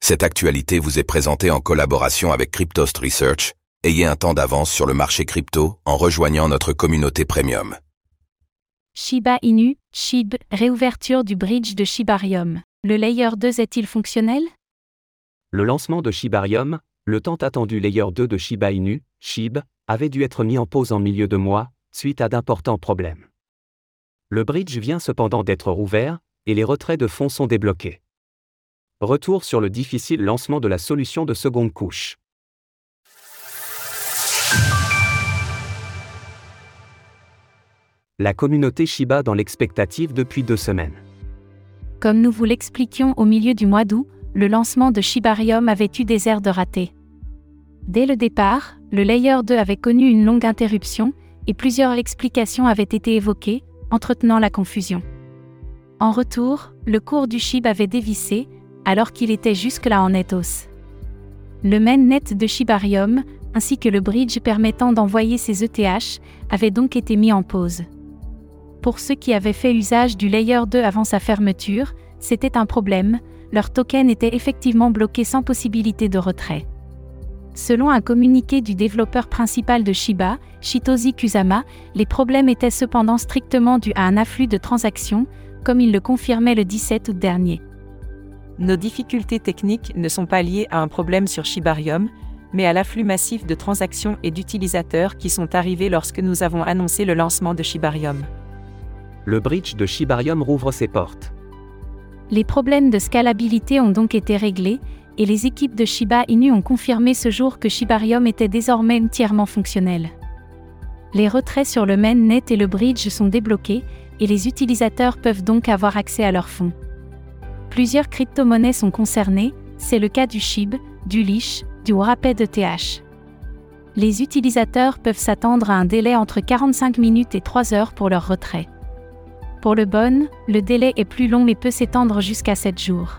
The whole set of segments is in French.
Cette actualité vous est présentée en collaboration avec Cryptost Research. Ayez un temps d'avance sur le marché crypto en rejoignant notre communauté premium. Shiba Inu, SHIB, réouverture du bridge de Shibarium. Le Layer 2 est-il fonctionnel? Le lancement de Shibarium, le tant attendu Layer 2 de Shiba Inu, SHIB, avait dû être mis en pause en milieu de mois, suite à d'importants problèmes. Le bridge vient cependant d'être rouvert, et les retraits de fonds sont débloqués. Retour sur le difficile lancement de la solution de seconde couche. La communauté Shiba dans l'expectative depuis 2 semaines. Comme nous vous l'expliquions au milieu du mois d'août, le lancement de Shibarium avait eu des airs de raté. Dès le départ, le Layer 2 avait connu une longue interruption, et plusieurs explications avaient été évoquées, entretenant la confusion. En retour, le cours du SHIB avait dévissé, alors qu'il était jusque-là en net hausse. Le mainnet de Shibarium, ainsi que le bridge permettant d'envoyer ses ETH, avaient donc été mis en pause. Pour ceux qui avaient fait usage du Layer 2 avant sa fermeture, c'était un problème, leur token était effectivement bloqué sans possibilité de retrait. Selon un communiqué du développeur principal de Shiba, Shitoshi Kusama, les problèmes étaient cependant strictement dus à un afflux de transactions, comme il le confirmait le 17 août dernier. Nos difficultés techniques ne sont pas liées à un problème sur Shibarium, mais à l'afflux massif de transactions et d'utilisateurs qui sont arrivés lorsque nous avons annoncé le lancement de Shibarium. Le bridge de Shibarium rouvre ses portes. Les problèmes de scalabilité ont donc été réglés, et les équipes de Shiba Inu ont confirmé ce jour que Shibarium était désormais entièrement fonctionnel. Les retraits sur le mainnet et le bridge sont débloqués, et les utilisateurs peuvent donc avoir accès à leurs fonds. Plusieurs crypto-monnaies sont concernées, c'est le cas du SHIB, du Lish, du Wrapped ETH. Les utilisateurs peuvent s'attendre à un délai entre 45 minutes et 3 heures pour leur retrait. Pour le Bon, le délai est plus long mais peut s'étendre jusqu'à 7 jours.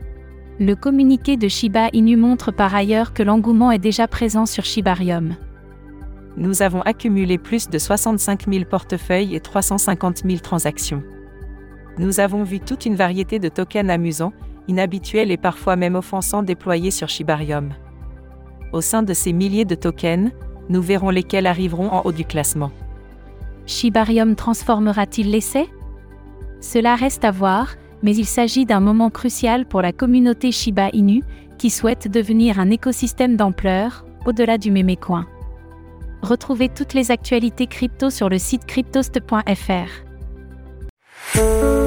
Le communiqué de Shiba Inu montre par ailleurs que l'engouement est déjà présent sur Shibarium. Nous avons accumulé plus de 65 000 portefeuilles et 350 000 transactions. Nous avons vu toute une variété de tokens amusants, inhabituels et parfois même offensants déployés sur Shibarium. Au sein de ces milliers de tokens, nous verrons lesquels arriveront en haut du classement. Shibarium transformera-t-il l'essai? Cela reste à voir, mais il s'agit d'un moment crucial pour la communauté Shiba Inu, qui souhaite devenir un écosystème d'ampleur, au-delà du mémécoin. Retrouvez toutes les actualités crypto sur le site cryptost.fr.